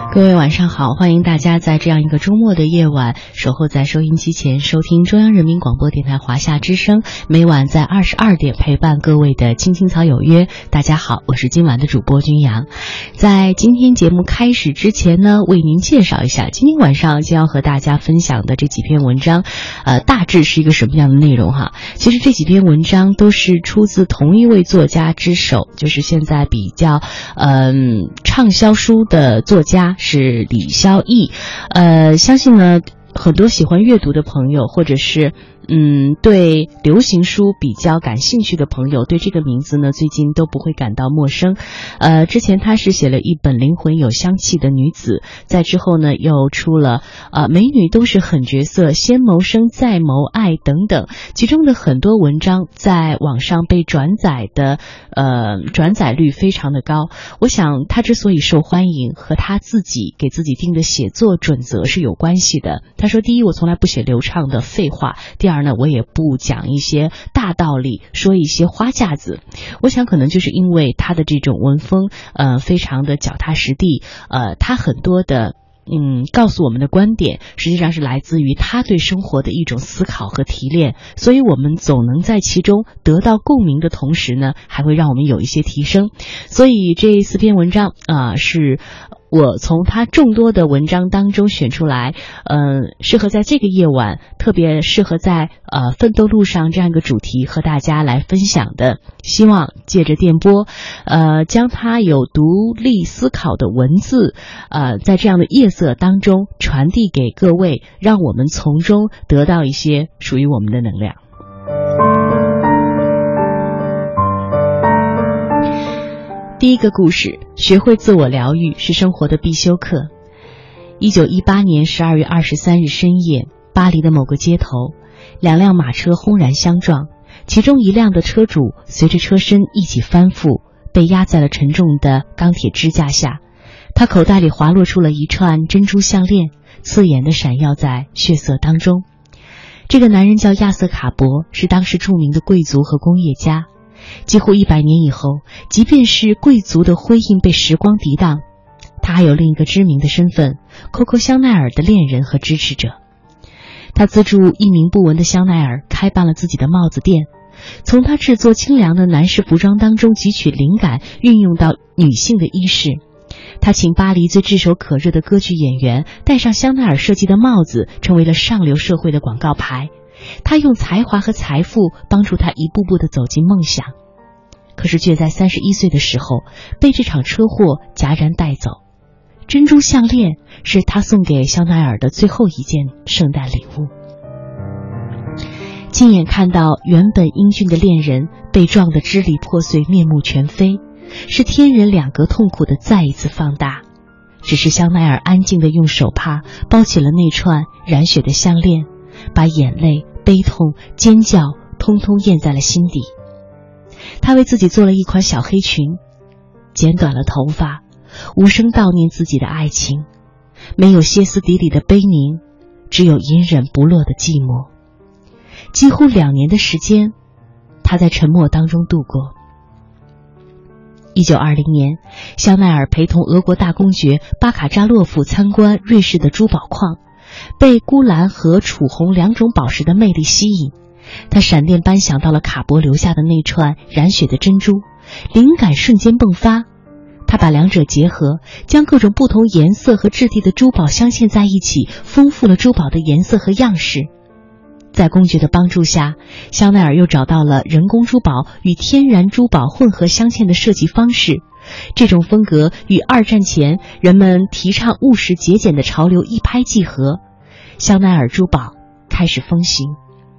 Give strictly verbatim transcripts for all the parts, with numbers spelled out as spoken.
各位晚上好，欢迎大家在这样一个周末的夜晚守候在收音机前，收听中央人民广播电台华夏之声，每晚在二十二点陪伴各位的青青草有约。大家好，我是今晚的主播君阳。在今天节目开始之前呢，为您介绍一下今天晚上将要和大家分享的这几篇文章呃，大致是一个什么样的内容哈。其实这几篇文章都是出自同一位作家之手，就是现在比较嗯畅销书的作家是李肖毅。呃，相信呢很多喜欢阅读的朋友，或者是嗯对流行书比较感兴趣的朋友，对这个名字呢最近都不会感到陌生。呃，之前他是写了一本《灵魂有香气的女子》，在之后呢又出了呃美女都是狠角色、先谋生再谋爱等等，其中的很多文章在网上被转载的呃转载率非常的高。我想他之所以受欢迎，和他自己给自己定的写作准则是有关系的。他说，第一，我从来不写流畅的废话，第二呢，我也不讲一些大道理，说一些花架子。我想可能就是因为他的这种文风呃非常的脚踏实地，呃他很多的嗯，告诉我们的观点实际上是来自于他对生活的一种思考和提炼，所以我们总能在其中得到共鸣的同时呢，还会让我们有一些提升。所以这四篇文章啊、呃，是我从他众多的文章当中选出来，嗯、呃，适合在这个夜晚，特别适合在呃奋斗路上这样一个主题和大家来分享的。希望借着电波，呃，将他有独立思考的文字，呃，在这样的夜色当中传递给各位，让我们从中得到一些属于我们的能量。第一个故事，学会自我疗愈是生活的必修课。一九一八年十二月二十三日深夜，巴黎的某个街头，两辆马车轰然相撞，其中一辆的车主随着车身一起翻覆，被压在了沉重的钢铁支架下。他口袋里滑落出了一串珍珠项链，刺眼地闪耀在血色当中。这个男人叫亚瑟卡伯，是当时著名的贵族和工业家。几乎一百年以后，即便是贵族的徽印被时光涤荡，他还有另一个知名的身份——蔻蔻香奈儿的恋人和支持者。他资助一名不闻的香奈儿开办了自己的帽子店，从他制作清凉的男士服装当中汲取灵感，运用到女性的衣饰。他请巴黎最炙手可热的歌剧演员戴上香奈儿设计的帽子，成为了上流社会的广告牌。他用才华和财富帮助他一步步地走进梦想，可是却在三十一岁的时候被这场车祸戛然带走。珍珠项链是他送给香奈儿的最后一件圣诞礼物。亲眼看到原本英俊的恋人被撞得支离破碎、面目全非，是天人两隔痛苦的再一次放大。只是香奈儿安静地用手帕包起了那串染血的项链，把眼泪、悲痛、尖叫通通咽在了心底。他为自己做了一款小黑裙，剪短了头发，无声悼念自己的爱情，没有歇斯底里的悲鸣，只有隐忍不落的寂寞。几乎两年的时间，他在沉默当中度过。一九二零年，香奈儿陪同俄国大公爵巴卡扎洛夫参观瑞士的珠宝矿，被钴蓝和楚红两种宝石的魅力吸引，他闪电般想到了卡伯留下的那串染血的珍珠，灵感瞬间迸发。他把两者结合，将各种不同颜色和质地的珠宝镶嵌在一起，丰富了珠宝的颜色和样式。在公爵的帮助下，香奈儿又找到了人工珠宝与天然珠宝混合镶嵌的设计方式，这种风格与二战前人们提倡务实节俭的潮流一拍即合，香奈儿珠宝开始风行。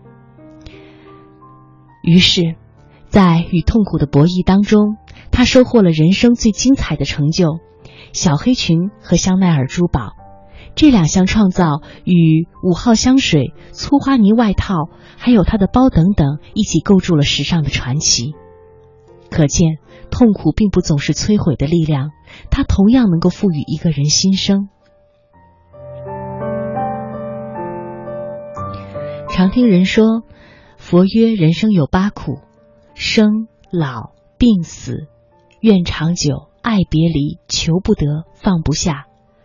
于是在与痛苦的博弈当中，他收获了人生最精彩的成就——小黑裙和香奈儿珠宝。这两项创造与五号香水、粗花呢外套还有他的包等等一起构筑了时尚的传奇。可见痛苦并不总是摧毁的力量，它同样能够赋予一个人新生。常听人说，佛曰人生有八苦：生、老、病、死、愿长久、爱别离、求不得、放不下。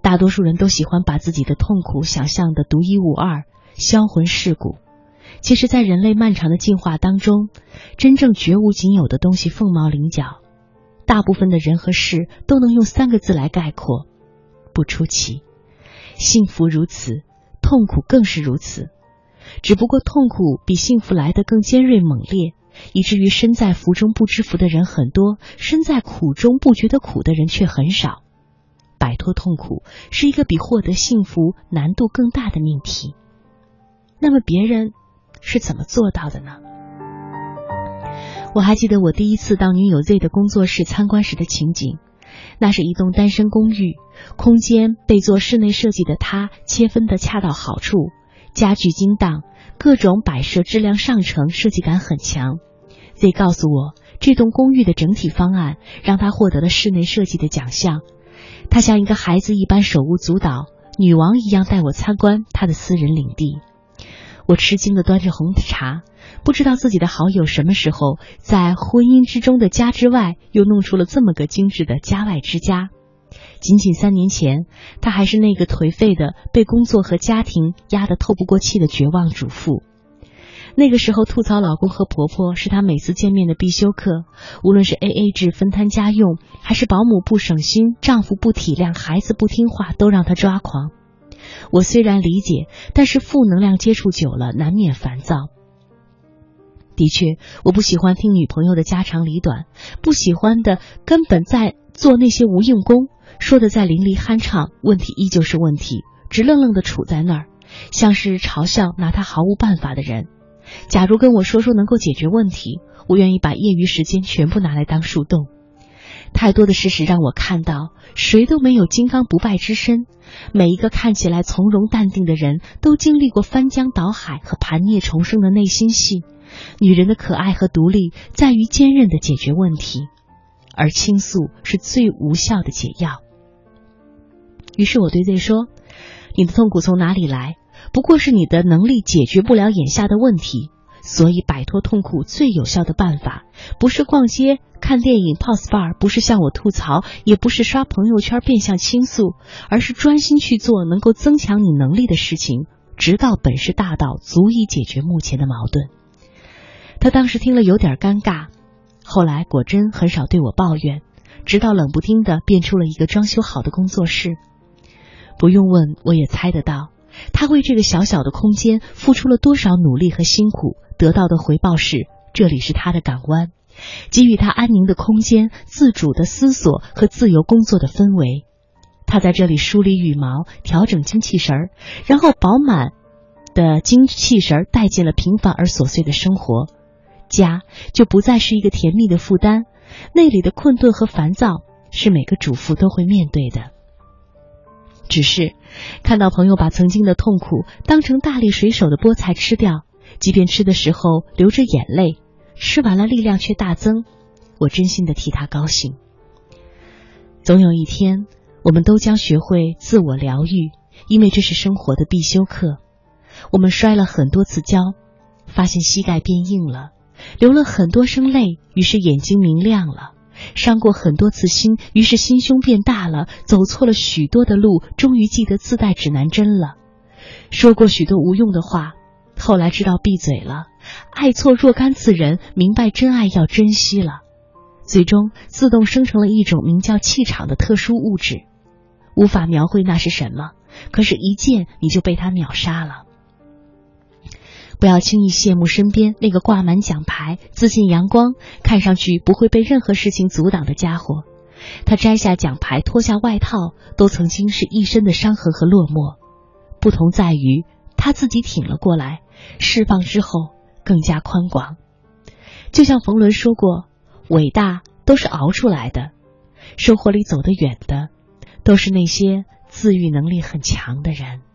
大多数人都喜欢把自己的痛苦想象的独一无二、销魂蚀骨。其实，在人类漫长的进化当中，真正绝无仅有的东西凤毛麟角。大部分的人和事都能用三个字来概括：不出奇。幸福如此，痛苦更是如此。只不过痛苦比幸福来得更尖锐猛烈，以至于身在福中不知福的人很多，身在苦中不觉得苦的人却很少。摆脱痛苦是一个比获得幸福难度更大的命题。那么别人是怎么做到的呢？我还记得我第一次到女友 Z 的工作室参观时的情景。那是一栋单身公寓，空间被做室内设计的他切分得恰到好处，家具精当，各种摆设质量上乘，设计感很强。 Z 告诉我，这栋公寓的整体方案让他获得了室内设计的奖项。他像一个孩子一般手舞足蹈，女王一样带我参观他的私人领地。我吃惊地端着红茶，不知道自己的好友什么时候在婚姻之中的家之外又弄出了这么个精致的家外之家。仅仅三年前，她还是那个颓废的被工作和家庭压得透不过气的绝望主妇。那个时候吐槽老公和婆婆是她每次见面的必修课，无论是 A A 制分摊家用，还是保姆不省心，丈夫不体谅，孩子不听话，都让她抓狂。我虽然理解，但是负能量接触久了难免烦躁。的确，我不喜欢听女朋友的家长里短，不喜欢的根本在做那些无用功，说的再淋漓酣畅，问题依旧是问题，直愣愣地杵在那儿，像是嘲笑拿他毫无办法的人。假如跟我说说能够解决问题，我愿意把业余时间全部拿来当树洞。太多的事实让我看到，谁都没有金刚不败之身，每一个看起来从容淡定的人都经历过翻江倒海和盘涅重生的内心戏。女人的可爱和独立在于坚韧的解决问题，而倾诉是最无效的解药。于是我对 Z 说，你的痛苦从哪里来？不过是你的能力解决不了眼下的问题。所以摆脱痛苦最有效的办法，不是逛街、看电影、泡 S P A， 不是向我吐槽，也不是刷朋友圈变相倾诉，而是专心去做能够增强你能力的事情，直到本事大到足以解决目前的矛盾。他当时听了有点尴尬，后来果真很少对我抱怨，直到冷不丁的变出了一个装修好的工作室。不用问，我也猜得到，他为这个小小的空间付出了多少努力和辛苦，得到的回报是，这里是他的港湾，给予他安宁的空间、自主的思索和自由工作的氛围。他在这里梳理羽毛，调整精气神儿，然后饱满的精气神儿带进了平凡而琐碎的生活。家就不再是一个甜蜜的负担，那里的困顿和烦躁是每个主妇都会面对的。只是看到朋友把曾经的痛苦当成大力水手的菠菜吃掉，即便吃的时候流着眼泪，吃完了力量却大增，我真心的替他高兴。总有一天，我们都将学会自我疗愈，因为这是生活的必修课。我们摔了很多次跤，发现膝盖变硬了，流了很多声泪，于是眼睛明亮了，伤过很多次心，于是心胸变大了，走错了许多的路，终于记得自带指南针了，说过许多无用的话，后来知道闭嘴了，爱错若干次人，明白真爱要珍惜了，最终自动生成了一种名叫气场的特殊物质，无法描绘那是什么，可是一见你就被它秒杀了。不要轻易羡慕身边那个挂满奖牌、自信阳光、看上去不会被任何事情阻挡的家伙。他摘下奖牌，脱下外套，都曾经是一身的伤痕和落寞。不同在于，他自己挺了过来，释放之后更加宽广。就像冯仑说过，伟大都是熬出来的，生活里走得远的，都是那些自愈能力很强的人。